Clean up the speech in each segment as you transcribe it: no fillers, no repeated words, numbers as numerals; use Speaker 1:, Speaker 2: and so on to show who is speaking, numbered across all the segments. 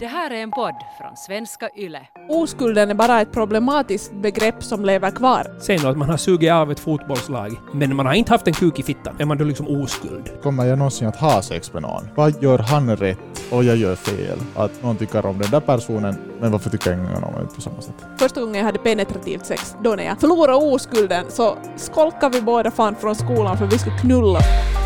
Speaker 1: Det här är en podd från Svenska Yle.
Speaker 2: Oskulden är bara ett problematiskt begrepp som lever kvar.
Speaker 3: Säg nu att man har sugit av ett fotbollslag, men man har inte haft en kuk i fittan. Är man då liksom oskuld?
Speaker 4: Kommer jag någonsin att ha sex med någon? Vad gör han rätt och jag gör fel? Att någon tycker om den där personen, men varför tycker ingen om det på samma sätt?
Speaker 2: Första gången jag hade penetrativt sex, då när jag förlorade oskulden, så skolkade vi båda fan från skolan för vi skulle knulla.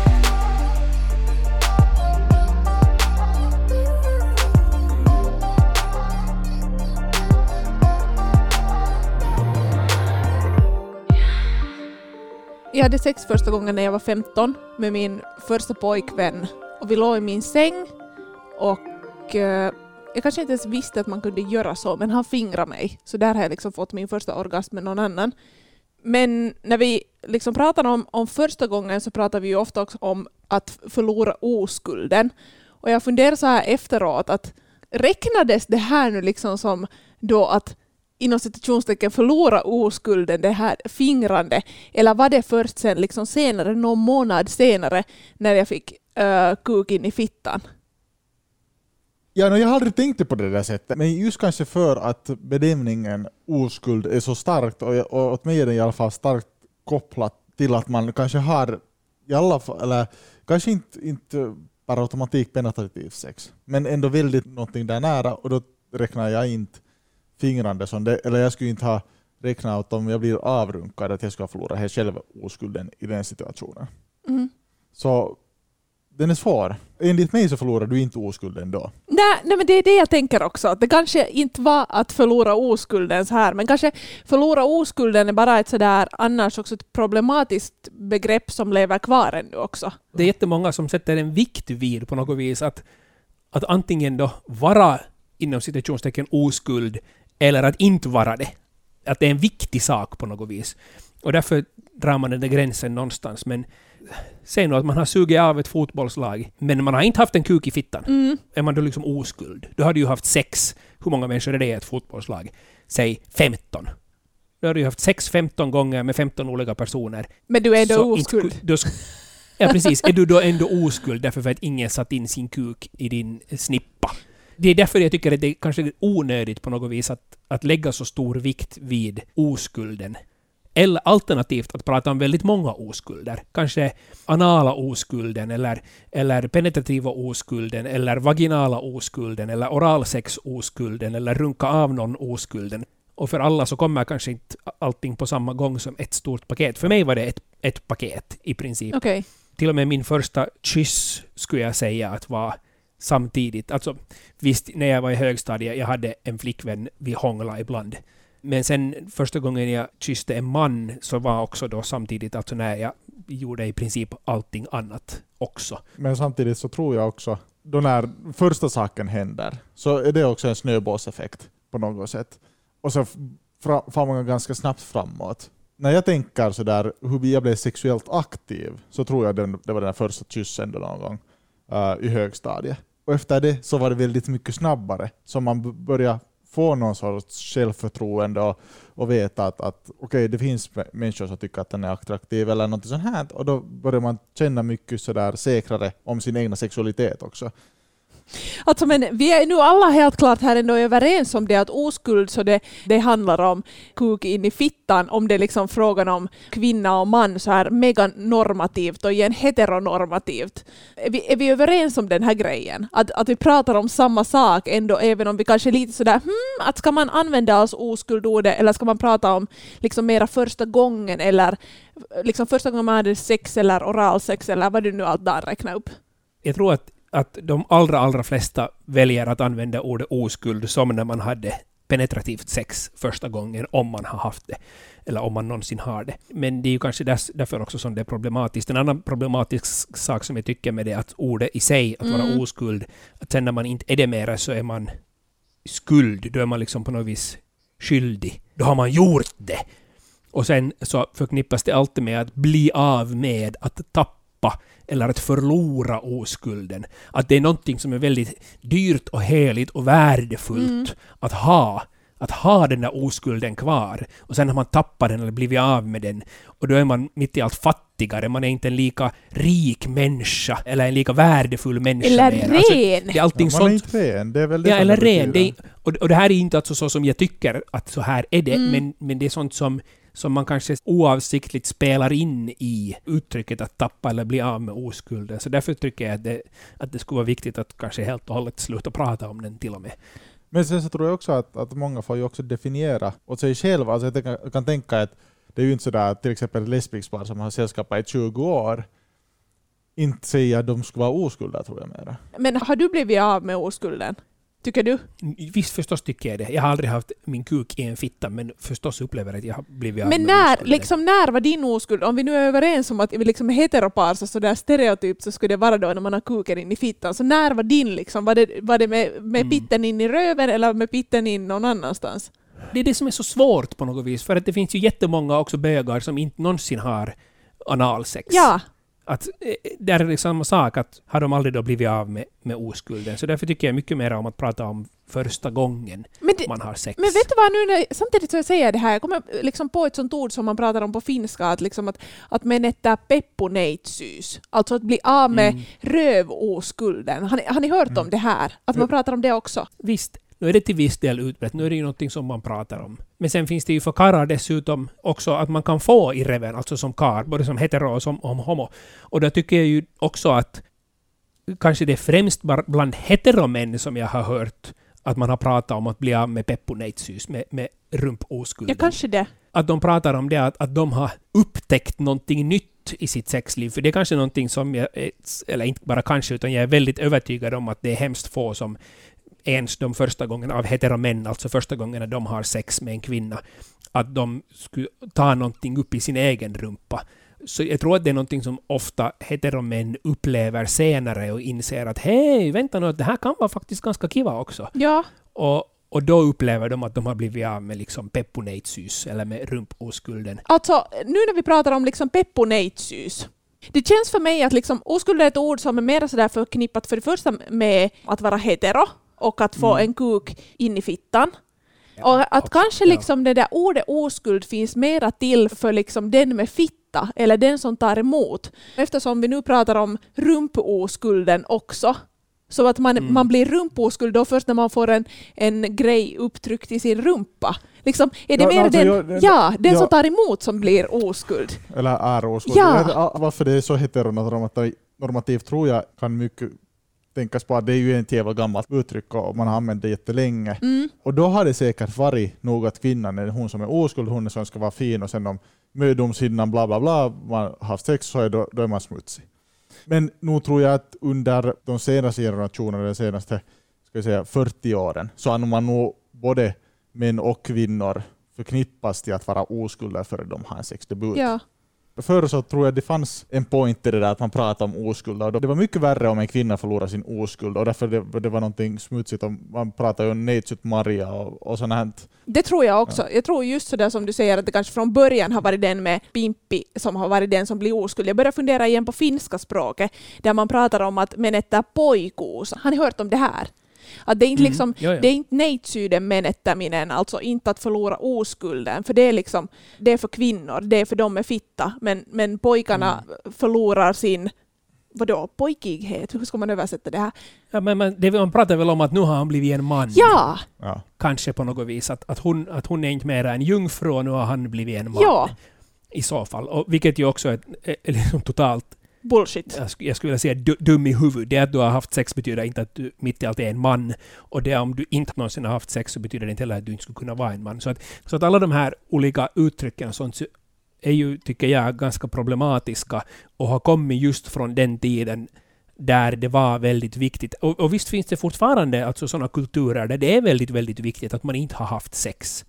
Speaker 2: Jag hade sex första gången när jag var 15 med min första pojkvän. Och vi låg i min säng och jag kanske inte ens visste att man kunde göra så, men han fingrade mig. Så där har jag liksom fått min första orgasm med någon annan. Men när vi liksom pratar om första gången så pratar vi ju ofta också om att förlora oskulden. Och jag funderar så här efteråt att räknades det här nu liksom som då att inom citationstecken förlora oskulden, det här fingrande, eller var det först sen liksom senare, någon månad senare när jag fick kuk in i fittan?
Speaker 4: Ja, jag har aldrig tänkt på det där sättet, men just kanske för att benämningen oskuld är så starkt och åt mig är den i alla fall starkt kopplat till att man kanske har i alla fall, eller kanske inte bara automatik penetrativ sex, men ändå väldigt någonting där nära, och då räknar jag inte fingrande som det, eller jag skulle inte ha räknat ut om jag blir avrunkad att jag ska förlora här själv oskulden i den situationen. Mm. Så den är svår. Enligt mig så förlorar du inte oskulden då.
Speaker 2: Nej, men det är det jag tänker också. Det kanske inte var att förlora oskulden så här, men kanske förlora oskulden är bara ett sådär annars också ett problematiskt begrepp som lever kvar ännu också.
Speaker 3: Det är jättemånga som sätter en vikt vid på något vis att antingen då vara inom citationstecken oskuld eller att inte vara det. Att det är en viktig sak på något vis. Och därför drar man den där gränsen någonstans. Men säg nu att man har sugit av ett fotbollslag, men man har inte haft en kuk i fittan. Mm. Är man då liksom oskuld? Då har du ju haft sex. Hur många människor är det i ett fotbollslag? Säg 15. Då har du ju haft 15 gånger med 15 olika personer.
Speaker 2: Men du är då oskuld.
Speaker 3: Ja, precis. Är du då ändå oskuld därför för att ingen satt in sin kuk i din snippa? Det är därför jag tycker att det är kanske onödigt på något vis att lägga så stor vikt vid oskulden. Eller alternativt att prata om väldigt många oskulder. Kanske anala oskulden eller penetrativa oskulden eller vaginala oskulden eller oralsex oskulden eller runka av någon oskulden. Och för alla så kommer kanske inte allting på samma gång som ett stort paket. För mig var det ett paket i princip.
Speaker 2: Okay.
Speaker 3: Till och med min första kyss skulle jag säga att var samtidigt. Alltså visst, när jag var i högstadiet, jag hade en flickvän, vi hånglade ibland. Men sen första gången jag kysste en man så var också då samtidigt, alltså när jag gjorde i princip allting annat också. Men
Speaker 4: samtidigt så tror jag också, då när första saken händer så är det också en snöbollseffekt på något sätt. Och så får man ganska snabbt framåt. När jag tänker så där hur jag blev sexuellt aktiv så tror jag det var den första kyssen då någon gång i högstadiet. Och efter det så var det väldigt mycket snabbare. Så man börjar få någon sorts självförtroende och veta att okej, det finns människor som tycker att den är attraktiv eller något sånt här. Och då börjar man känna mycket så där säkrare om sin egna sexualitet också.
Speaker 2: Alltså, men vi är nu alla helt klart här ändå överens om det att oskuld så det handlar om kuk in i fittan, om det är liksom frågan om kvinna och man så här meganormativt och igen heteronormativt. Är vi överens om den här grejen? Att vi pratar om samma sak ändå, även om vi kanske är lite sådär att ska man använda oss oskuldordet eller ska man prata om liksom mera första gången eller liksom första gången man hade sex eller oralsex eller vad du nu allt där räknar upp?
Speaker 3: Jag tror att de allra flesta väljer att använda ordet oskuld som när man hade penetrativt sex första gången, om man har haft det. Eller om man någonsin har det. Men det är ju kanske därför också som det är problematiskt. En annan problematisk sak som jag tycker med det är att ordet i sig, att vara oskuld, att sen när man inte är det mera så är man skuld. Då är man liksom på något vis skyldig. Då har man gjort det. Och sen så förknippas det alltid med att bli av med, att tappa eller att förlora oskulden. Att det är någonting som är väldigt dyrt och heligt och värdefullt att ha den där oskulden kvar. Och sen har man tappat den eller blivit av med den. Och då är man mitt i allt fattig fattigare, man är inte en lika rik människa eller en lika värdefull människa.
Speaker 2: Eller
Speaker 3: mer.
Speaker 2: ren!
Speaker 3: Alltså, det är allting
Speaker 4: Man är
Speaker 3: sånt.
Speaker 4: inte ren, det är väl det
Speaker 3: Ja,
Speaker 4: som
Speaker 3: eller
Speaker 4: det
Speaker 3: ren.
Speaker 4: betyder.
Speaker 3: Och det här är inte alltså så som jag tycker att så här är det, men det är sånt som man kanske oavsiktligt spelar in i uttrycket att tappa eller bli av med oskulden. Så därför tycker jag att det skulle vara viktigt att kanske helt och hållet sluta prata om den till och med.
Speaker 4: Men sen så tror jag också att många får ju också definiera åt sig själva. Alltså jag kan tänka att det är ju inte sådär att till exempel lesbiskpar som har sällskapat i 20 år inte säger att de ska vara oskulda, tror jag mera.
Speaker 2: Men har du blivit av med oskulden? Tycker du?
Speaker 3: Visst, förstås tycker jag det. Jag har aldrig haft min kuk i en fitta, men förstås upplever jag att jag har blivit av
Speaker 2: Men
Speaker 3: med oskulden.
Speaker 2: när var din oskuld? Om vi nu är överens om att vi liksom är heteropar så där stereotypt så skulle det vara då när man har kuken in i fittan. Så när var din liksom? Var det med pitten in i röven eller med pitten in någon annanstans?
Speaker 3: Det är det som är så svårt på något vis, för att det finns ju jättemånga också bögar som inte någonsin har analsex.
Speaker 2: Ja.
Speaker 3: Att det är liksom samma sak, att har de aldrig då blivit av med oskulden. Så därför tycker jag mycket mer om att prata om första gången man har sex.
Speaker 2: Men vet du vad, nu samtidigt så jag säger det här, jag kommer liksom på ett sånt ord som man pratar om på finska, att menettää peppuneitsyys. Alltså att bli av med rövoskulden. Har ni hört om det här? Att man pratar om det också?
Speaker 3: Visst, nu är det till viss del utbrett. Nu är det ju någonting som man pratar om. Men sen finns det ju för karlar dessutom också att man kan få i reven, alltså som karl, både som hetero och som homo. Och då tycker jag ju också att kanske det är främst bland heteromän som jag har hört att man har pratat om att bli av med peppuneitsyys, med rumposkulden.
Speaker 2: Ja, kanske det.
Speaker 3: Att de pratar om det, att de har upptäckt någonting nytt i sitt sexliv. För det är kanske någonting som jag, eller inte bara kanske, utan jag är väldigt övertygad om att det är hemskt få som ens de första gångerna av heteromän, alltså första gången när de har sex med en kvinna, att de skulle ta någonting upp i sin egen rumpa. Så jag tror att det är någonting som ofta heteromän upplever senare och inser att hej, vänta nu, att det här kan vara faktiskt ganska kiva också.
Speaker 2: Ja.
Speaker 3: Och då upplever de att de har blivit av med liksom peppuneitsyys eller med rumposkulden.
Speaker 2: Alltså, nu när vi pratar om liksom peppuneitsyys, det känns för mig att liksom oskuld är ett ord som är mer sådär förknippat för det första med att vara hetero och att få en kuk in i fittan. Och att kanske liksom det där ordet oskuld finns mera till för liksom den med fitta eller den som tar emot. Eftersom vi nu pratar om rumposkulden också. Så att man blir rumposkuld då först när man får en grej upptryckt i sin rumpa. Liksom, är det mer den som tar emot som blir oskuld?
Speaker 4: Eller är oskuld.
Speaker 2: Ja.
Speaker 4: Varför det är så heteronormativt tror jag kan mycket tänkas på att det är ju ett jävla gammalt uttryck och man har använt det jättelänge. Och då har det säkert varit något kvinnan, är hon som är oskuld, hon är som ska vara fin och sen om mödomshinnan bla bla bla, man har haft sex så är då är man smutsig. Men nu tror jag att under de senaste generationerna, de senaste 40 åren, så har man nog både män och kvinnor förknippas till att vara oskulder före de har en sexdebut.
Speaker 2: Ja.
Speaker 4: Förr så tror jag det fanns en point i det där att man pratade om oskuld. Och det var mycket värre om en kvinna förlorade sin oskuld och därför det var någonting smutsigt. Man pratade ju om Neitsut Maria och sånt här.
Speaker 2: Det tror jag också. Ja. Jag tror just sådär som du säger att det kanske från början har varit den med pimpi som har varit den som blir oskuld. Jag börjar fundera igen på finska språket där man pratar om att menettää poikuus. Har ni hört om det här? Att det är inte liksom, det är inte neitsyden menettäminen, alltså inte att förlora oskulden, för det är liksom, det är för kvinnor, det är för dem med fitta, men pojkarna förlorar sin, vadå, pojkighet, hur ska man översätta det här?
Speaker 3: Ja, men man pratar väl om att nu har han blivit en man.
Speaker 2: Ja!
Speaker 3: Kanske på något vis, att hon är inte mer en jungfru och nu har han blivit en man.
Speaker 2: Ja.
Speaker 3: I så fall, och vilket ju också är liksom totalt
Speaker 2: bullshit.
Speaker 3: Jag skulle vilja säga dum i huvud. Det att du har haft sex betyder inte att du mitt i allt är en man. Och det om du inte någonsin har haft sex så betyder det inte heller att du inte skulle kunna vara en man. Så att alla de här olika uttrycken och sånt är ju, tycker jag, ganska problematiska och har kommit just från den tiden där det var väldigt viktigt. Och visst finns det fortfarande alltså sådana kulturer där det är väldigt, väldigt viktigt att man inte har haft sex.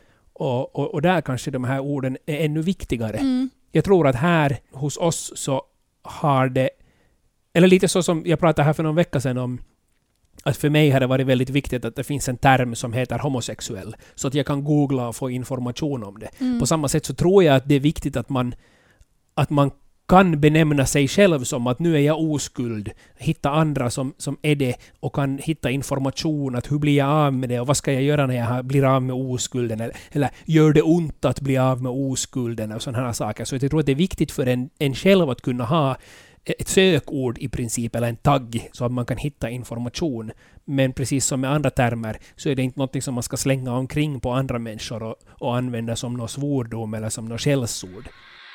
Speaker 3: Och där kanske de här orden är ännu viktigare. Jag tror att här hos oss så har det, eller lite så som jag pratade här för någon vecka sedan om, att för mig har det varit väldigt viktigt att det finns en term som heter homosexuell, så att jag kan googla och få information om det. På samma sätt så tror jag att det är viktigt att man kan benämna sig själv som att nu är jag oskuld, hitta andra som är det och kan hitta information att hur blir jag av med det och vad ska jag göra när jag blir av med oskulden eller gör det ont att bli av med oskulden och sådana här saker. Så jag tror att det är viktigt för en själv att kunna ha ett sökord i princip eller en tagg så att man kan hitta information. Men precis som med andra termer så är det inte något som man ska slänga omkring på andra människor och använda som någon svordom eller som något skällsord.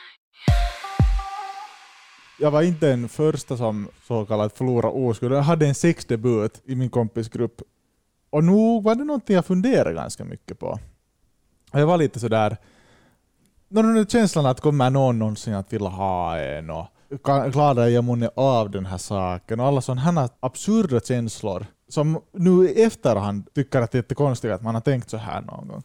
Speaker 4: Jag var inte den första som så kallat förlora oskuld. Jag hade en sexdebut i min kompisgrupp. Och nu var det någonting jag funderade ganska mycket på. Jag var lite sådär... Den känslan att kommer någon någonsin att vilja ha en och klarar jag månne av den här saken och alla sådana här absurda känslor som nu i efterhand tycker att det är jättekonstigt att man har tänkt så här någon gång.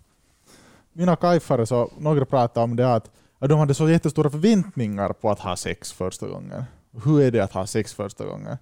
Speaker 4: Mina kajfare, så några pratade om det att de hade så jättestora förväntningar på att ha sex första gången. Hur är det att ha sex första gången?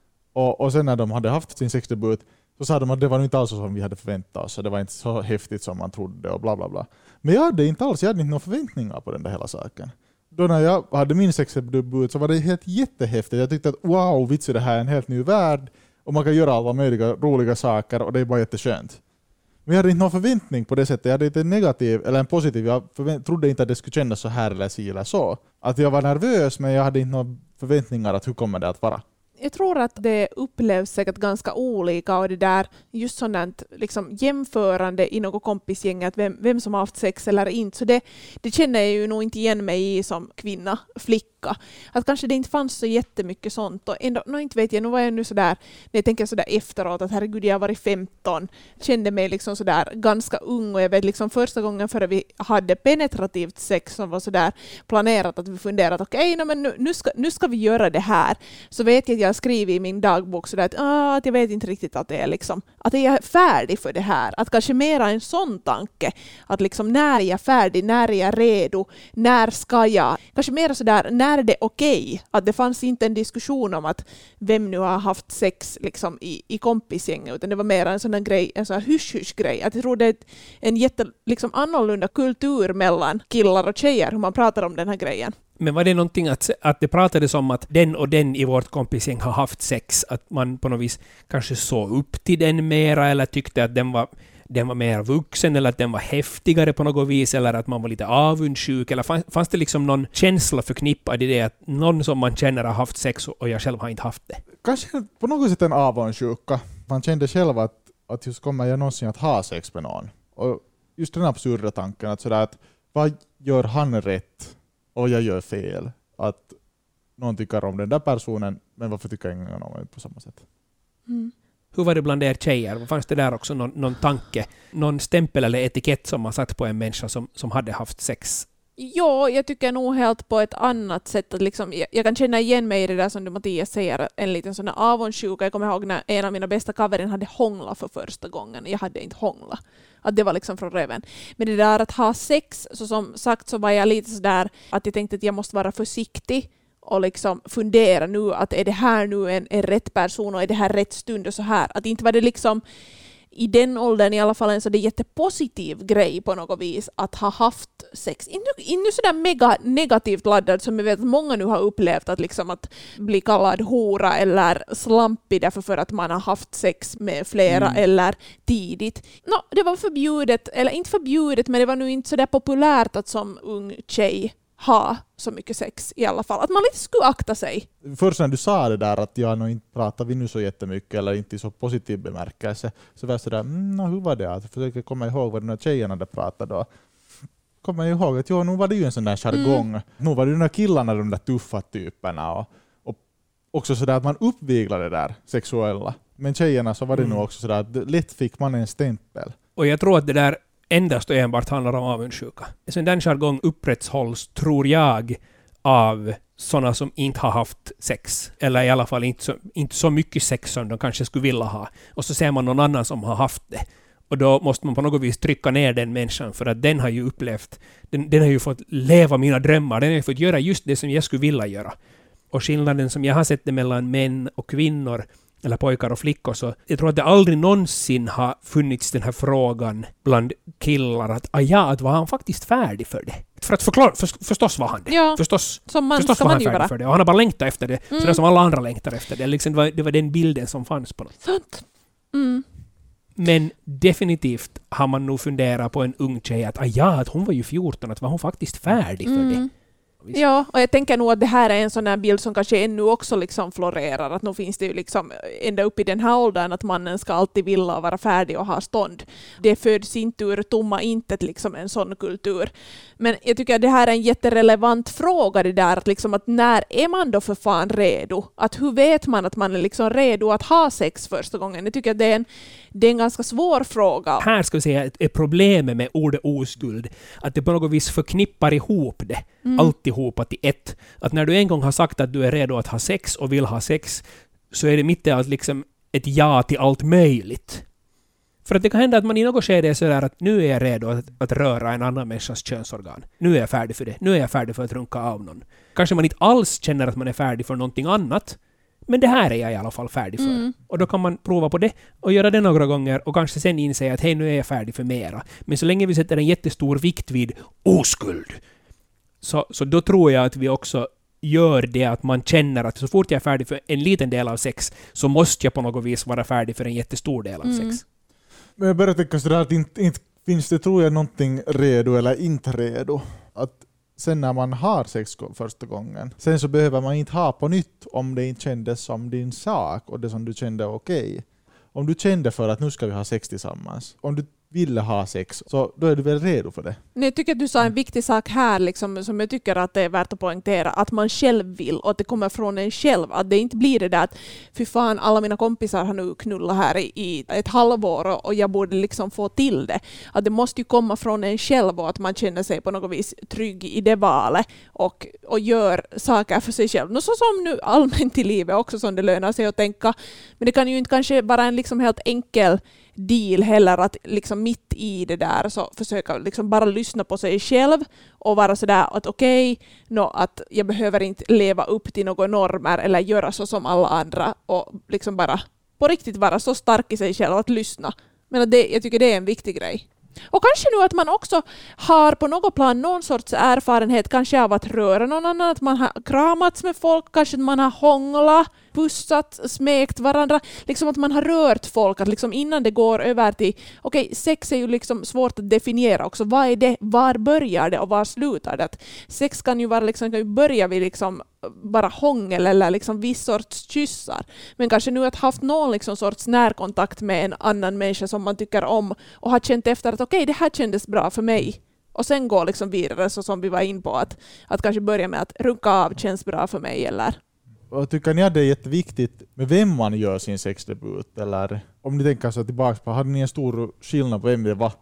Speaker 4: Och sen när de hade haft sin sexdebut så sa de att det var inte alls som vi hade förväntat oss. Det var inte så häftigt som man trodde och bla bla bla. Men jag hade inte några förväntningar på den där hela saken. Då när jag hade min sexdebut så var det helt jättehäftigt. Jag tyckte att wow, vitsigt, det här är en helt ny värld. Och man kan göra alla möjliga roliga saker och det är bara jätteskönt. Men jag hade inte någon förväntning på det sättet. Jag hade inte en negativ eller en positiv. Jag trodde inte att det skulle kännas så här eller si eller så. Att jag var nervös men jag hade inte några förväntningar att hur kommer det att vara.
Speaker 2: Jag tror att det upplevs säkert ganska olika och det där just sådant liksom jämförande i något kompisgäng att vem som har haft sex eller inte. Så det känner jag ju nog inte igen mig i som kvinna, flicka. Att kanske det inte fanns så jättemycket sånt och ändå, inte vet jag, nu var jag nu sådär, när jag tänker sådär efteråt att herregud jag har varit 15, kände mig liksom sådär ganska ung och jag vet liksom första gången före vi hade penetrativt sex som var sådär planerat att vi funderat okej, men nu ska vi göra det här. Så vet jag att jag skriver i min dagbok sådär att jag vet inte riktigt att det är liksom, att jag är färdig för det här. Att kanske mera en sån tanke att liksom när är jag färdig, när är jag redo, när ska jag, kanske mera sådär när är det okej? Att det fanns inte en diskussion om att vem nu har haft sex liksom i kompisgänget, utan det var mer en sån här grej, en sån här hysch-hysch-grej. Att jag tror det är en jätte liksom annorlunda kultur mellan killar och tjejer, hur man pratar om den här grejen.
Speaker 3: Men var det någonting att det pratades om att den och den i vårt kompisgäng har haft sex, att man på något vis kanske såg upp till den mera eller tyckte att den var mer vuxen eller att den var häftigare på något vis eller att man var lite avundsjuk eller fanns det liksom någon känsla förknippad i det att någon som man känner har haft sex och jag själv har inte haft det?
Speaker 4: Kanske på något sätt en avundsjuka. Man kände själv att just kommer jag någonsin att ha sex med någon. Och just den absurda tanken att sådär att vad gör han rätt och jag gör fel? Att någon tycker om den där personen men varför tycker ingen om det på samma sätt?
Speaker 2: Mm.
Speaker 3: Hur var det bland er tjejer? Fanns det där också någon tanke, någon stämpel eller etikett som man satt på en människa som hade haft sex?
Speaker 2: Ja, jag tycker nog helt på ett annat sätt. Att liksom, jag kan känna igen mig i det där som du Mattias säger, en liten sån här avundsjuka. Jag kommer ihåg när en av mina bästa kaverin hade hångla för första gången. Jag hade inte hångla. Att det var liksom från röven. Men det där att ha sex, så som sagt så var jag lite sådär att jag tänkte att jag måste vara försiktig och liksom fundera nu att är det här nu en rätt person och är det här rätt stund och så här. Att inte var det liksom i den åldern i alla fall en så det jättepositiv grej på något vis att ha haft sex. Inte sådär mega negativt laddad som jag vet att många nu har upplevt att liksom att bli kallad hora eller slampig därför för att man har haft sex med flera eller tidigt. Det var förbjudet, eller inte förbjudet, men det var nu inte sådär populärt att som ung tjej ha så mycket sex i alla fall. Att man lite skulle akta sig.
Speaker 4: Först när du sa det där att jag nog inte pratar vi nu så jättemycket eller inte i så positiv bemärkelse så var jag sådär, hur var det? Jag försöker komma ihåg vad de här tjejerna där pratade då. Kommer jag ihåg att nu var det ju en sån där jargong. Nu var det de där killarna, de där tuffa typerna och också sådär att man uppviglade det där sexuella. Men tjejerna så var det nog också sådär att lätt fick man en stämpel.
Speaker 3: Och jag tror att det där endast och enbart handlar om avundsjuka. Så den jargong upprätthålls, tror jag, av sådana som inte har haft sex. Eller i alla fall inte så mycket sex som de kanske skulle vilja ha. Och så ser man någon annan som har haft det. Och då måste man på något vis trycka ner den människan för att den har ju upplevt, den har ju fått leva mina drömmar. Den har ju fått göra just det som jag skulle vilja göra. Och skillnaden som jag har sett det mellan män och kvinnor eller pojkar och flickor, så jag tror att det aldrig någonsin har funnits den här frågan bland killar att var han faktiskt färdig för det? För att förklara, förstås var han det.
Speaker 2: Ja,
Speaker 3: förstås
Speaker 2: ska man ju vara.
Speaker 3: för det. Och han har bara längtat efter det, sådär som alla andra längtar efter det. Liksom, det var den bilden som fanns på något.
Speaker 2: Sant.
Speaker 3: Men definitivt har man nog funderat på en ung tjej att hon var ju 14, att var hon faktiskt färdig för det?
Speaker 2: Ja, och jag tänker nog att det här är en sån här bild som kanske ännu också liksom florerar. Att nu finns det ju liksom ända upp i den här åldern att mannen ska alltid vilja vara färdig och ha stånd. Det föds inte ur tomma intet liksom en sån kultur. Men jag tycker att det här är en jätterelevant fråga det där. Att när är man då för fan redo? Att hur vet man att man är liksom redo att ha sex första gången? Jag tycker att det är en ganska svår fråga.
Speaker 3: Här ska vi säga är problemet med ordet oskuld. Att det på något vis förknippar ihop det. Alltihopa till ett. Att när du en gång har sagt att du är redo att ha sex och vill ha sex, så är det mitt i allt liksom ett ja till allt möjligt. För att det kan hända att man i något skede är sådär att nu är jag redo att röra en annan människas könsorgan. Nu är jag färdig för det. Nu är jag färdig för att runka av någon. Kanske man inte alls känner att man är färdig för någonting annat. Men det här är jag i alla fall färdig för. Och då kan man prova på det och göra det några gånger och kanske sen inse att hej, nu är jag färdig för mera. Men så länge vi sätter en jättestor vikt vid oskuld, så då tror jag att vi också gör det att man känner att så fort jag är färdig för en liten del av sex, så måste jag på något vis vara färdig för en jättestor del av sex.
Speaker 4: Men jag börjar tänka sådär att inte finns det, tror jag, någonting redo eller inte redo. Att sen när man har sex första gången, sen så behöver man inte ha på nytt om det inte kändes som din sak och det som du kände okej. Om du kände för att nu ska vi ha sex tillsammans, om du ville ha sex, så då är du väl redo för det.
Speaker 2: Jag tycker att du sa en viktig sak här liksom, som jag tycker att det är värt att poängtera, att man själv vill och att det kommer från en själv. Att det inte blir det där att fy fan, alla mina kompisar har nu knullat här i ett halvår och jag borde liksom få till det. Att det måste ju komma från en själv och att man känner sig på något vis trygg i det valet och gör saker för sig själv. Och så som nu allmänt i livet också, som det lönar sig att tänka. Men det kan ju inte kanske vara en liksom helt enkel deal heller, att liksom mitt i det där så försöka liksom bara lyssna på sig själv och vara sådär att att jag behöver inte leva upp till några normer eller göra så som alla andra, och liksom bara på riktigt vara så stark i sig själv att lyssna. Men att jag tycker det är en viktig grej. Och kanske nu att man också har på något plan någon sorts erfarenhet kanske av att röra någon annan, att man har kramats med folk, kanske att man har hånglat, pussat, smekt varandra, liksom att man har rört folk, att liksom innan det går över till sex är ju liksom svårt att definiera också, vad är det, var börjar det och var slutar det? Att sex kan ju vara liksom, kan ju börja vid liksom bara hångel eller liksom viss sorts kyssar, men kanske nu att haft någon liksom sorts närkontakt med en annan människa som man tycker om och har känt efter att det här kändes bra för mig, och sen går liksom vidare, så som vi var in på, att kanske börja med att runka av känns bra för mig, eller.
Speaker 4: Och tycker ni att det är jätteviktigt med vem man gör sin sexdebut? Eller om ni tänker så tillbaka på, hade ni en stor skillnad på vem det var?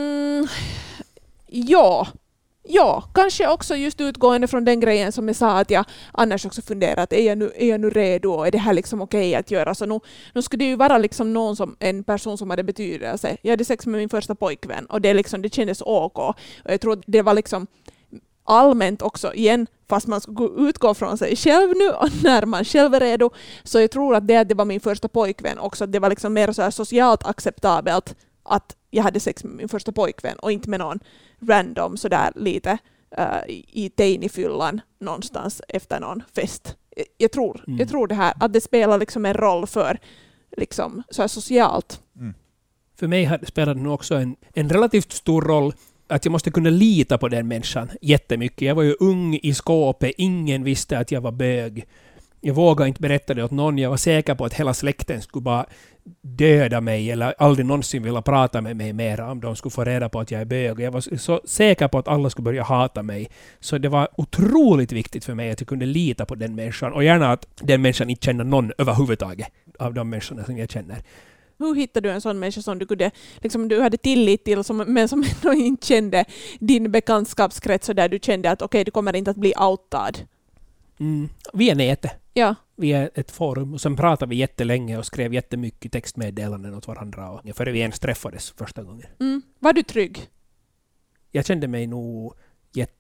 Speaker 2: Ja, kanske också just utgående från den grejen som jag sa, att jag annars också funderar att är jag nu redo? Är det här liksom okej att göra? Så nu skulle det ju vara liksom en person som hade betydelse. Jag hade sex med min första pojkvän och det kändes OK. Och jag tror att det var liksom allmänt också igen, fast man ska utgå från sig själv nu och när man själv är redo, så jag tror att det var min första pojkvän också, att det var liksom mer så här socialt acceptabelt att jag hade sex med min första pojkvän och inte med någon random sådär lite i teinifyllan någonstans efter någon fest. Jag tror det här, att det spelar liksom en roll för liksom så här socialt.
Speaker 3: För mig spelade det nog också en relativt stor roll att jag måste kunna lita på den människan jättemycket. Jag var ju ung i skåpet, ingen visste att jag var bög. Jag vågade inte berätta det åt någon. Jag var säker på att hela släkten skulle bara döda mig eller aldrig någonsin vilja prata med mig mer om de skulle få reda på att jag är bög. Jag var så säker på att alla skulle börja hata mig. Så det var otroligt viktigt för mig att jag kunde lita på den människan, och gärna att den människan inte känner någon överhuvudtaget av de människorna som jag känner.
Speaker 2: Hur hittade du en sån människa som du kunde, liksom, du hade tillit till, men som ändå inte kände din bekantskapskrets, så där du kände att du kommer inte att bli outad?
Speaker 3: Vi är nätet.
Speaker 2: Ja.
Speaker 3: Vi är ett forum och sen pratade vi jättelänge och skrev jättemycket textmeddelanden åt varandra och före vi ens träffades första gången.
Speaker 2: Var du trygg?
Speaker 3: Jag kände mig nog jättetrygg.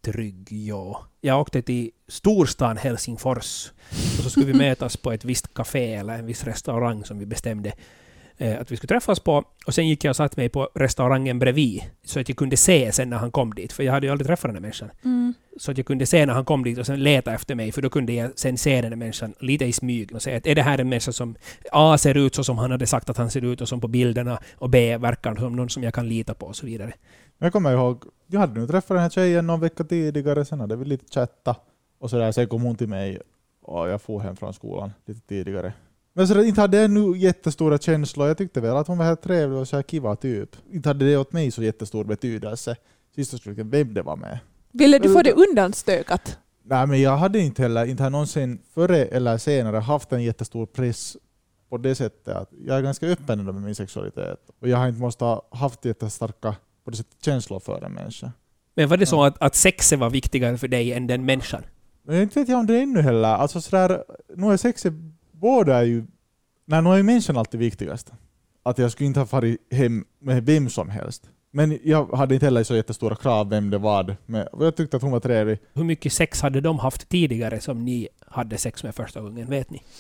Speaker 3: trygg, ja. Jag åkte till storstan Helsingfors och så skulle vi mötas på ett visst café eller en viss restaurang som vi bestämde att vi skulle träffas på. Och sen gick jag och satt mig på restaurangen bredvid så att jag kunde se sen när han kom dit. För jag hade ju aldrig träffat den här människan. Så att jag kunde se när han kom dit och sen leta efter mig. För då kunde jag sen se den här människan lite i smyg och säga att är det här en människa som A ser ut så som han hade sagt att han ser ut och som på bilderna och B verkar som någon som jag kan lita på och så vidare.
Speaker 4: Jag kommer ihåg, jag hade nu träffat den här tjejen någon vecka tidigare, sen hade vi lite chatta och sådär, sen kom hon till mig och jag får hem från skolan lite tidigare. Men så inte hade jag nu jättestora känslor, jag tyckte väl att hon var helt trevlig och så här kiva typ. Inte hade det åt mig så jättestor betydelse sista stycken vem det var med.
Speaker 2: Ville du få det undanstökat?
Speaker 4: Nej, men jag hade inte heller, inte någonsin före eller senare haft en jättestor press på det sättet att jag är ganska öppen med min sexualitet och jag har inte måste ha haft jättestarka på det sättet känslor för en människa.
Speaker 3: Men var det så att sexet var viktigare för dig än den människan?
Speaker 4: Men jag vet inte om det är ännu heller. Alltså sådär, nu är sexet båda är ju, nej, nu är ju människan alltid viktigast. Att jag skulle inte ha farit hem med vem som helst. Men jag hade inte heller så jättestora krav vem det var. Men jag tyckte att hon var trevlig.
Speaker 3: Hur mycket sex hade de haft tidigare som ni hade sex med första gången, vet ni?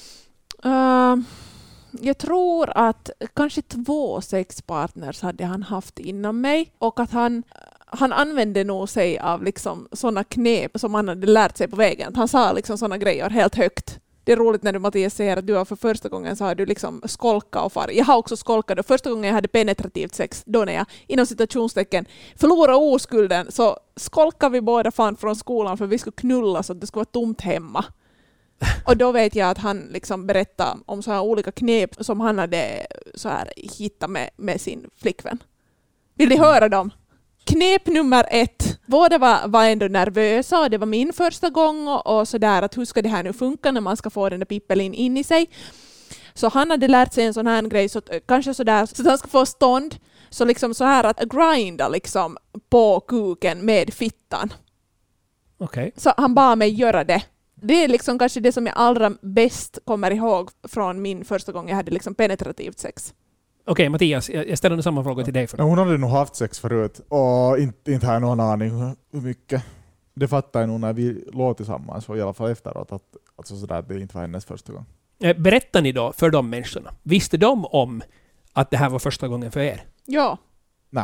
Speaker 2: Jag tror att kanske 2 sexpartners hade han haft inom mig och att han använde nog sig av liksom sådana knep som han hade lärt sig på vägen. Han sa liksom sådana grejer helt högt. Det är roligt när du, Mattias, säger att du har för första gången så har du liksom skolkat och far. Jag har också skolkat. Första gången jag hade penetrativt sex, då när jag inom citationstecken förlorade oskulden, så skolkade vi båda fan från skolan för vi skulle knulla så att det skulle vara tomt hemma. Och då vet jag att han liksom berättade om så här olika knep som han hade så här hittat med sin flickvän. Vill ni höra dem? Knep nummer 1. Båda var ändå nervösa. Det var min första gång och sådär att hur ska det här nu funka när man ska få den där pippelin in i sig. Så han hade lärt sig en sån här grej så kanske sådär så att han ska få stånd. Så liksom så här att grinda liksom på kuken med fittan.
Speaker 3: Okej.
Speaker 2: Så han bad mig göra det. Det är liksom kanske det som jag allra bäst kommer ihåg från min första gång jag hade liksom penetrativt sex.
Speaker 3: Okej, Mattias, jag ställer samma fråga till dig. För
Speaker 4: Hon hade nog haft sex förut och inte har jag någon aning hur mycket. Det fattar jag nog när vi låg tillsammans och i alla fall efteråt att alltså sådär, det inte var hennes första gång.
Speaker 3: Berättar ni då för de människorna? Visste de om att det här var första gången för er?
Speaker 2: Ja.
Speaker 4: Nej.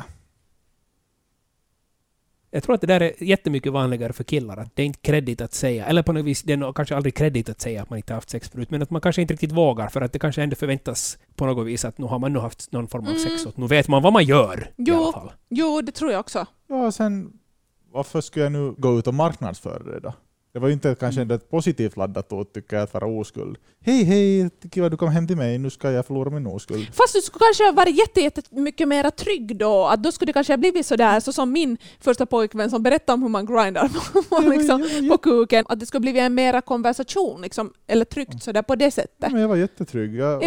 Speaker 3: Jag tror att det där är jättemycket vanligare för killar. Att det är inte kredit att säga. Eller på något vis, det är kanske aldrig kredit att säga att man inte har haft sex förut. Men att man kanske inte riktigt vågar. För att det kanske ändå förväntas på något vis att nu har man nu haft någon form av sex. Och nu vet man vad man gör i alla fall.
Speaker 2: Jo, det tror jag också.
Speaker 4: Ja, sen varför skulle jag nu gå ut och marknadsföra det då? Det var ju inte kanske ett positivt laddat ord tycker jag att vara oskuld. Hej, tycker jag du kom hem till mig, nu ska jag förlora min oskuld.
Speaker 2: Fast du skulle kanske vara jättemycket mer trygg då. Att då skulle det kanske ha blivit sådär, så som min första pojkvän som berättade om hur man grindar på kuken. Att det skulle bli en mera konversation, liksom, eller tryggt sådär på det sättet.
Speaker 4: Men jag var jättetrygg. Jag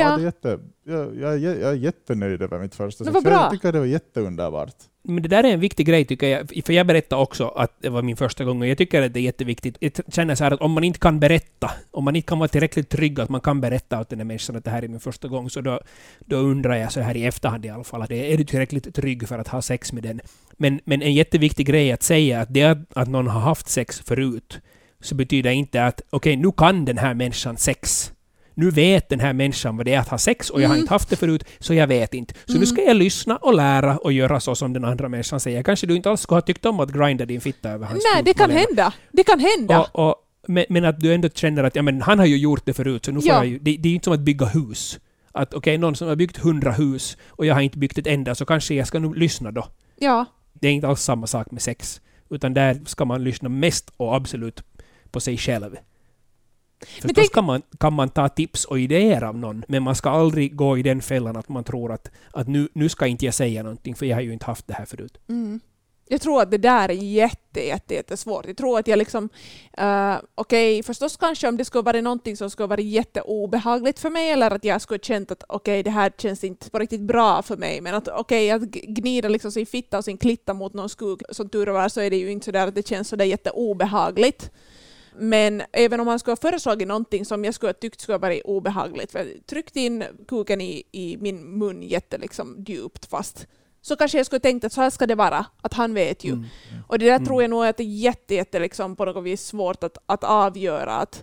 Speaker 4: är jättenöjd över mitt första sex. Jag tycker det var jätteunderbart.
Speaker 3: Men det där är en viktig grej tycker jag. För jag berättade också att det var min första gång. Och jag tycker att det är jätteviktigt. Jag känner så här att om man inte kan berätta, om man inte kan vara tillräckligt trygg att man kan berätta åt den här människan att det här är min första gång, så då undrar jag så här i efterhand i alla fall att är du tillräckligt trygg för att ha sex med den? Men en jätteviktig grej att säga att det att någon har haft sex förut så betyder inte att okej, nu kan den här människan sex. Nu vet den här människan vad det är att ha sex och jag har inte haft det förut så jag vet inte. Så nu ska jag lyssna och lära och göra så som den andra människan säger. Kanske du inte alls skulle ha tyckt om att grinda din fitta över hans
Speaker 2: Nej, det kan hända. Det kan hända.
Speaker 3: Men att du ändå känner att ja, men han har ju gjort det förut så nu får jag ju, det är ju inte som att bygga hus. Att okej, någon som har byggt 100 hus och jag har inte byggt ett enda så kanske jag ska nog lyssna då.
Speaker 2: Ja.
Speaker 3: Det är inte alls samma sak med sex. Utan där ska man lyssna mest och absolut på sig själv. Förstås kan man ta tips och idéer av någon, men man ska aldrig gå i den fällan att man tror att nu ska inte jag säga någonting för jag har ju inte haft det här förut.
Speaker 2: Mm. Jag tror att det där är jättesvårt. Jag tror att jag liksom okej, förstås kanske om det skulle vara någonting som skulle vara jätteobehagligt för mig eller att jag skulle känt att okej, det här känns inte på riktigt bra för mig, men att okej, att gnida liksom sin fitta och sin klitta mot någon skugg som tur var så är det ju inte så där att det känns så där jätteobehagligt. Men även om man skulle ha föreslagit någonting som jag skulle ha tyckt skulle vara obehagligt, för jag tryckte in kuken i min mun liksom djupt fast, så kanske jag skulle tänkt att så här ska det vara, att han vet ju. Och det där tror jag nog att det är jätte liksom på något vis svårt att avgöra, att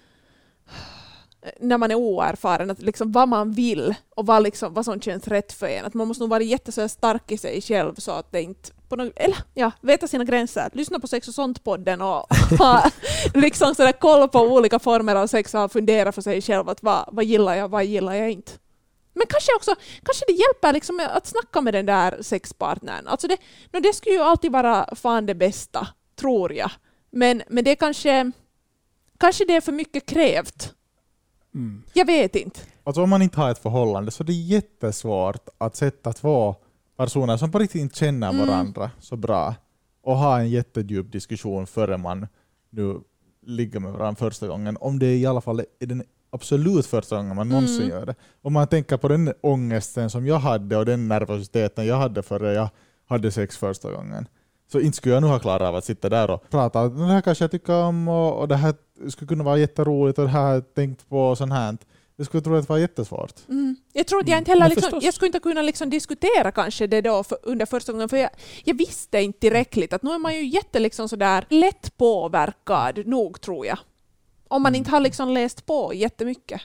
Speaker 2: när man är oerfaren, att liksom vad man vill och vad som känns rätt för en. Att man måste nog vara så stark i sig själv så att det inte på något, eller veta sina gränser. Lyssna på Sex och sånt-podden och ha liksom sådär koll på olika former av sex och fundera för sig själv att vad gillar jag, vad gillar jag inte. Men kanske det hjälper liksom att snacka med den där sexpartnern. Alltså det skulle ju alltid vara fan det bästa, tror jag. Men det är kanske det är för mycket krävt. Jag vet inte.
Speaker 4: Alltså om man inte har ett förhållande så är det jättesvårt att sätta två personer som på riktigt inte känner varandra så bra och ha en jättedjup diskussion före man nu ligger med varandra första gången. Om det i alla fall är den absolut första gången man någonsin gör det. Om man tänker på den ångesten som jag hade och den nervositeten jag hade före jag hade sex första gången. Så inte skulle jag nu ha klarat av att sitta där och prata. Det här kanske jag tycker om och det här skulle kunna vara jätteroligt och det här har jag tänkt på och sånt här. Det skulle tro att det var jättesvårt.
Speaker 2: Jag tror att jag inte heller jag skulle inte kunna diskutera kanske det då under första gången, för jag visste inte tillräckligt att nu är man ju sådär lätt påverkad nog, tror jag. Om man inte har läst på jättemycket.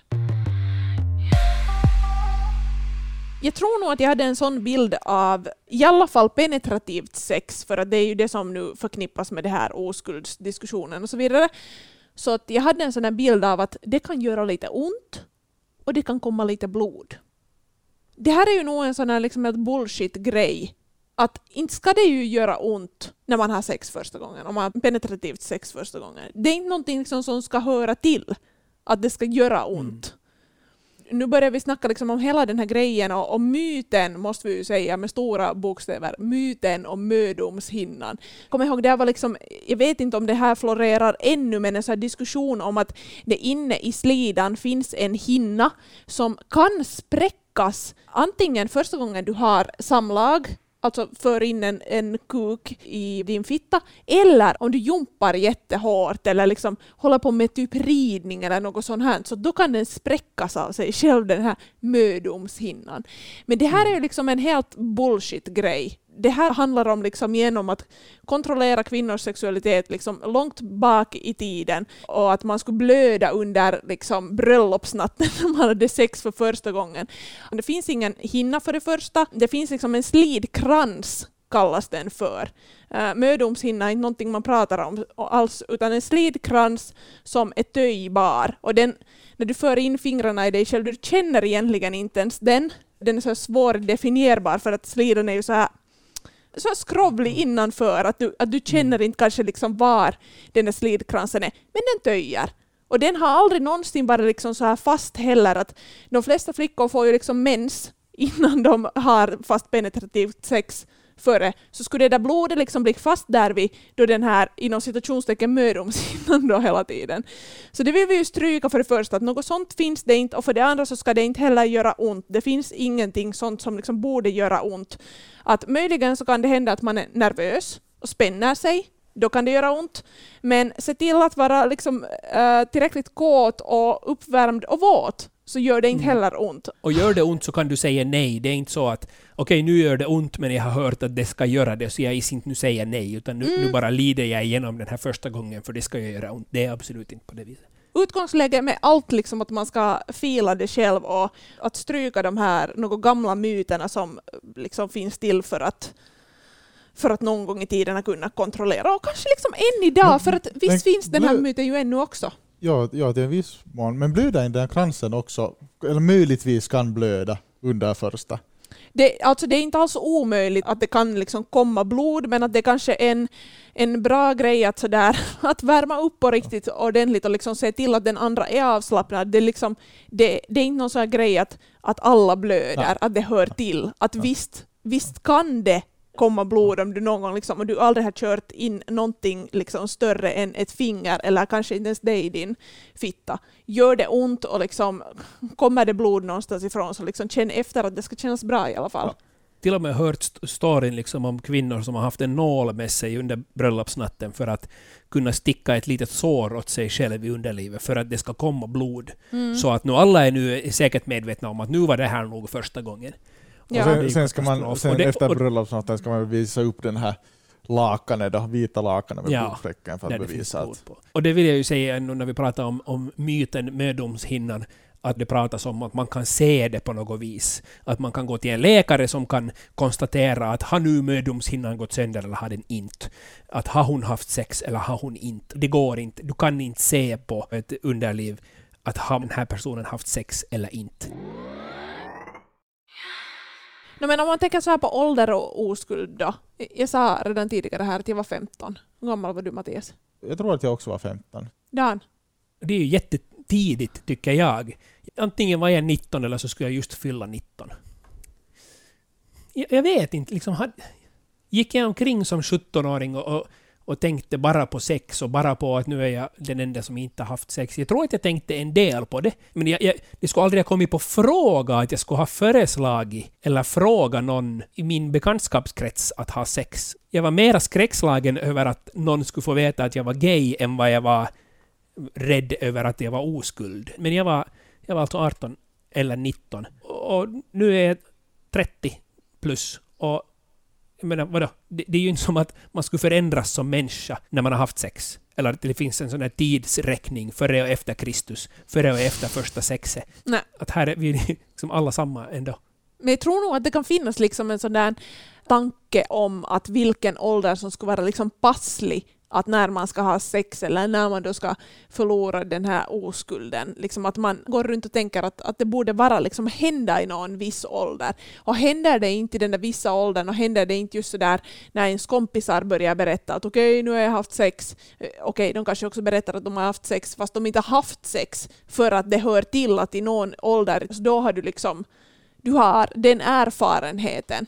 Speaker 2: Jag tror nog att jag hade en sån bild av i alla fall penetrativt sex, för att det är ju det som nu förknippas med det här oskuldsdiskussionen och så vidare. Så att jag hade en sån här bild av att det kan göra lite ont och det kan komma lite blod. Det här är ju nog en sån här ett bullshit-grej. Att inte ska det ju göra ont när man har sex första gången, om man har penetrativt sex första gången. Det är inte någonting som ska höra till att det ska göra ont. Nu börjar vi snacka om hela den här grejen och myten, måste vi ju säga med stora bokstäver, myten om mödomshinnan. Kom ihåg, det var jag vet inte om det här florerar ännu, men en sån här diskussion om att det inne i slidan finns en hinna som kan spräckas antingen första gången du har samlag, alltså för in en kuk i din fitta, eller om du jumpar jättehårt eller håller på med typ ridning eller något sånt här, så då kan den spräckas av sig själv, den här mödomshinnan. Men det här är ju en helt bullshit-grej. Det här handlar om genom att kontrollera kvinnors sexualitet långt bak i tiden, och att man skulle blöda under bröllopsnatten när man hade sex för första gången. Det finns ingen hinna för det första. Det finns en slidkrans, kallas den för. Mödomshinna är inte någonting man pratar om alls, utan en slidkrans som är töjbar. Och den, när du för in fingrarna i dig själv, du känner egentligen inte ens den. Den är så svårdefinierbar, för att slidan är ju så skrovlig innanför att du känner inte kanske var den där slidkransen är, men den töjer. Och den har aldrig någonsin varit så här fast heller, att de flesta flickor får ju mens innan de har fast penetrativt sex före, så skulle det där blodet bli fast där vid då den här inom citationstecken mödomshinnan då hela tiden. Så det vill vi ju stryka för det första, att något sånt finns det inte, och för det andra så ska det inte heller göra ont. Det finns ingenting sånt som borde göra ont. Att möjligen så kan det hända att man är nervös och spänner sig, då kan det göra ont. Men se till att vara tillräckligt kåt och uppvärmd och våt, så gör det inte heller ont.
Speaker 3: Och gör det ont så kan du säga nej. Det är inte så att okej, nu gör det ont, men jag har hört att det ska göra det, så jag inte nu säger nej, utan nu bara lider jag igenom den här första gången, för det ska jag göra ont. Det är absolut inte på det viset.
Speaker 2: Utgångsläge med allt att man ska fila det själv och att stryka de här några gamla myterna som finns till för att någon gång i tiden kunna kontrollera, och kanske än idag, för att visst finns den här myten ju ännu också.
Speaker 4: Ja, det är en viss mån. Men blöda in den kransen också, eller möjligtvis kan blöda under första.
Speaker 2: Det är inte alls omöjligt att det kan komma blod, men att det kanske är en bra grej att att värma upp på riktigt ordentligt och se till att den andra är avslappnad. Det är inte någon sån här grej att alla blöder, att det hör till. Att visst kan det komma blod om du någon gång om du aldrig har kört in någonting större än ett finger, eller kanske inte ens det i din fitta. Gör det ont och kommer det blod någonstans ifrån, så känn efter att det ska kännas bra i alla fall.
Speaker 3: Ja. Till och med hört storyn om kvinnor som har haft en nål med sig under bröllopsnatten för att kunna sticka ett litet sår åt sig själv i underlivet för att det ska komma blod. Så att nu alla är säkert medvetna om att nu var det här nog första gången.
Speaker 2: Ja.
Speaker 4: Och sen ska man,
Speaker 3: katastrof.
Speaker 4: sen efter bröllopsnatten ska man visa upp den här lakanet då, vita lakanet med blodfläcken för att bevisa att...
Speaker 3: Och det vill jag ju säga ännu när vi pratar om myten mödomshinnan, att det pratas om att man kan se det på något vis. Att man kan gå till en läkare som kan konstatera att har nu mödomshinnan gått sönder eller har den inte. Att har hon haft sex eller har hon inte. Det går inte. Du kan inte se på ett underliv att har den här personen haft sex eller inte.
Speaker 2: Men om man tänker så här på ålder och oskuld då. Jag sa redan tidigare här att jag var 15. Hur gammal var du, Mattias?
Speaker 4: Jag tror att jag också var 15.
Speaker 2: Dan?
Speaker 3: Det är ju jättetidigt, tycker jag. Antingen var jag 19 eller så skulle jag just fylla 19. Jag vet inte, liksom, gick jag omkring som 17-åring och tänkte bara på sex och bara på att nu är jag den enda som inte har haft sex. Jag tror att jag tänkte en del på det. Men det skulle aldrig ha kommit på fråga att jag skulle ha föreslagit eller fråga någon i min bekantskapskrets att ha sex. Jag var mera skräckslagen över att någon skulle få veta att jag var gay än vad jag var rädd över att jag var oskuld. Men jag var alltså 18 eller 19. Och nu är jag 30 plus. Och jag menar, vadå? Det är ju inte som att man skulle förändras som människa när man har haft sex. Eller att det finns en sån här tidsräkning före och efter Kristus. Före och efter första sexet.
Speaker 2: Nej.
Speaker 3: Att här är vi liksom alla samma ändå.
Speaker 2: Men jag tror nog att det kan finnas liksom en sån där tanke om att vilken ålder som skulle vara liksom passlig att när man ska ha sex eller när man då ska förlora den här oskulden. Liksom att man går runt och tänker att det borde vara liksom hända i någon viss ålder. Och händer det inte i den där vissa åldern och händer det inte just så där när ens kompisar börjar berätta att okej, nu har jag haft sex. Okej, de kanske också berättar att de har haft sex fast de inte har haft sex för att det hör till att i någon ålder så då har du har den erfarenheten.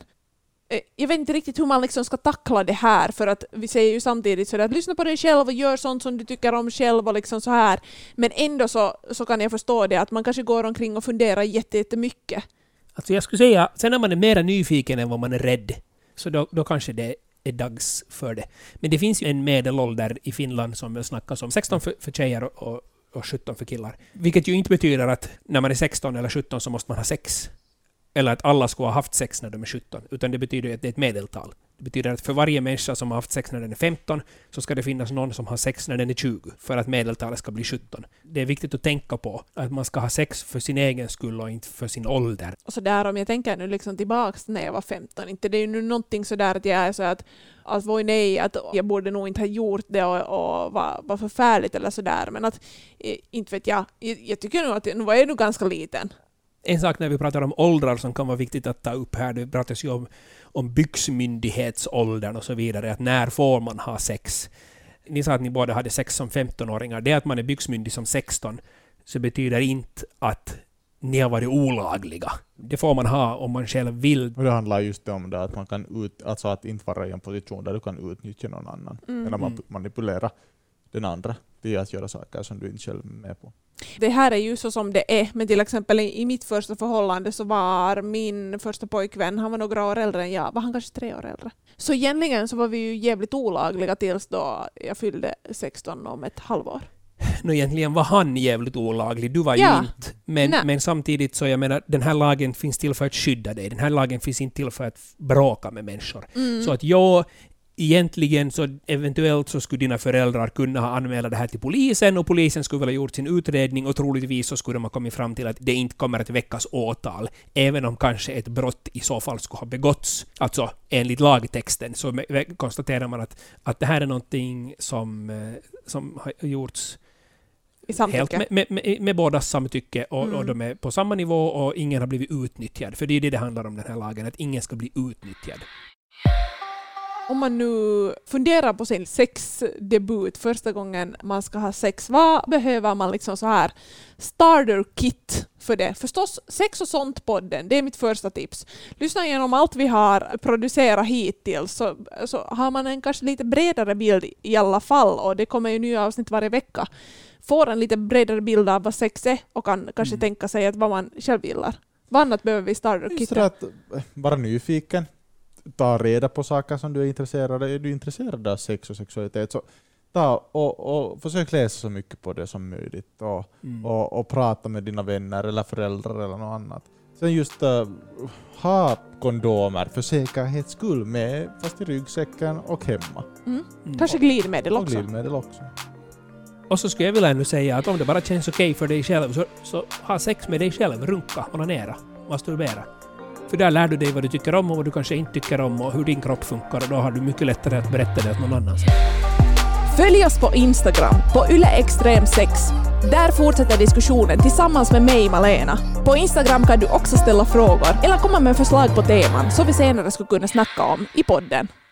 Speaker 2: Jag vet inte riktigt hur man liksom ska tackla det här, för att vi säger ju samtidigt så att lyssna på dig själv och gör sånt som du tycker om själv och liksom så här. Men ändå så kan jag förstå det att man kanske går omkring och funderar jättemycket.
Speaker 3: Alltså jag skulle säga, sen när man är mer nyfiken än vad man är rädd, så då kanske det är dags för det. Men det finns ju en medelålder i Finland som jag snackas om 16 för tjejer och 17 för killar. Vilket ju inte betyder att när man är 16 eller 17 så måste man ha sex. Eller att alla ska ha haft sex när de är 17. Utan det betyder att det är ett medeltal. Det betyder att för varje människa som har haft sex när den är 15 så ska det finnas någon som har sex när den är 20. För att medeltalet ska bli 17. Det är viktigt att tänka på att man ska ha sex för sin egen skull och inte för sin ålder. Och
Speaker 2: så där om jag tänker nu liksom tillbaks när jag var 15. Inte det är ju nu någonting så där att jag är så att var nej, att jag borde nog inte ha gjort det och var förfärligt eller så där. Men att inte vet jag tycker nog att nu var jag nog ganska liten.
Speaker 3: En sak när vi pratar om åldrar som kan vara viktigt att ta upp här, det pratas ju om byxmyndighetsåldern och så vidare, att när får man ha sex? Ni sa att ni båda hade sex som 15-åringar. Det att man är byxmyndig som 16 så betyder inte att ni har varit olagliga. Det får man ha om man själv vill.
Speaker 4: Och det handlar just om det att man kan alltså att inte vara i en position där du kan utnyttja någon annan. Eller manipulera den andra till att göra saker som du inte själv är med på.
Speaker 2: Det här är ju så som det är, men till exempel i mitt första förhållande så var min första pojkvän, han var några år äldre än jag, var han kanske 3 år äldre. Så egentligen så var vi ju jävligt olagliga tills då jag fyllde 16 om ett halvår.
Speaker 3: Egentligen var han jävligt olaglig, du var ju inte. Men samtidigt så, jag menar, den här lagen finns till för att skydda dig. Den här lagen finns inte till för att bråka med människor. Så att egentligen så eventuellt så skulle dina föräldrar kunna ha anmält det här till polisen och polisen skulle väl ha gjort sin utredning och troligtvis så skulle de ha kommit fram till att det inte kommer att väckas åtal även om kanske ett brott i så fall skulle ha begåtts. Alltså enligt lagtexten så konstaterar man att det här är någonting som har gjorts helt med bådas samtycke och de är på samma nivå och ingen har blivit utnyttjad. För det är det handlar om den här lagen, att ingen ska bli utnyttjad.
Speaker 2: Om man nu funderar på sin sexdebut första gången man ska ha sex, vad behöver man liksom så här starter kit för det? Förstås Sex och sånt-podden, det är mitt första tips. Lyssna igenom allt vi har producerat hittills så har man en kanske lite bredare bild i alla fall, och det kommer ju nya avsnitt varje vecka. Får en lite bredare bild av vad sex är och kan kanske tänka sig att vad man själv gillar. Vad annat behöver vi starter kit?
Speaker 4: Att vara nyfiken. Ta reda på saker som du är intresserad av. Är du intresserad av sex och sexualitet så ta och försök läsa så mycket på det som möjligt och prata med dina vänner eller föräldrar eller något annat. Sen just ha kondomer för säkerhets skull med fast i ryggsäcken och hemma.
Speaker 2: Kanske glidmedel
Speaker 4: Och
Speaker 2: också.
Speaker 4: glidmedel också.
Speaker 3: Och så skulle jag vilja ännu säga att om det bara känns okej för dig själv så ha sex med dig själv, runka, onanera, masturbera. För där lär du dig vad du tycker om och vad du kanske inte tycker om och hur din kropp funkar och då har du mycket lättare att berätta det åt någon annan.
Speaker 2: Följ oss på Instagram på @YleExtrem6. Där fortsätter diskussionen tillsammans med mig, Malena. På Instagram kan du också ställa frågor eller komma med förslag på teman som vi senare skulle kunna snacka om i podden.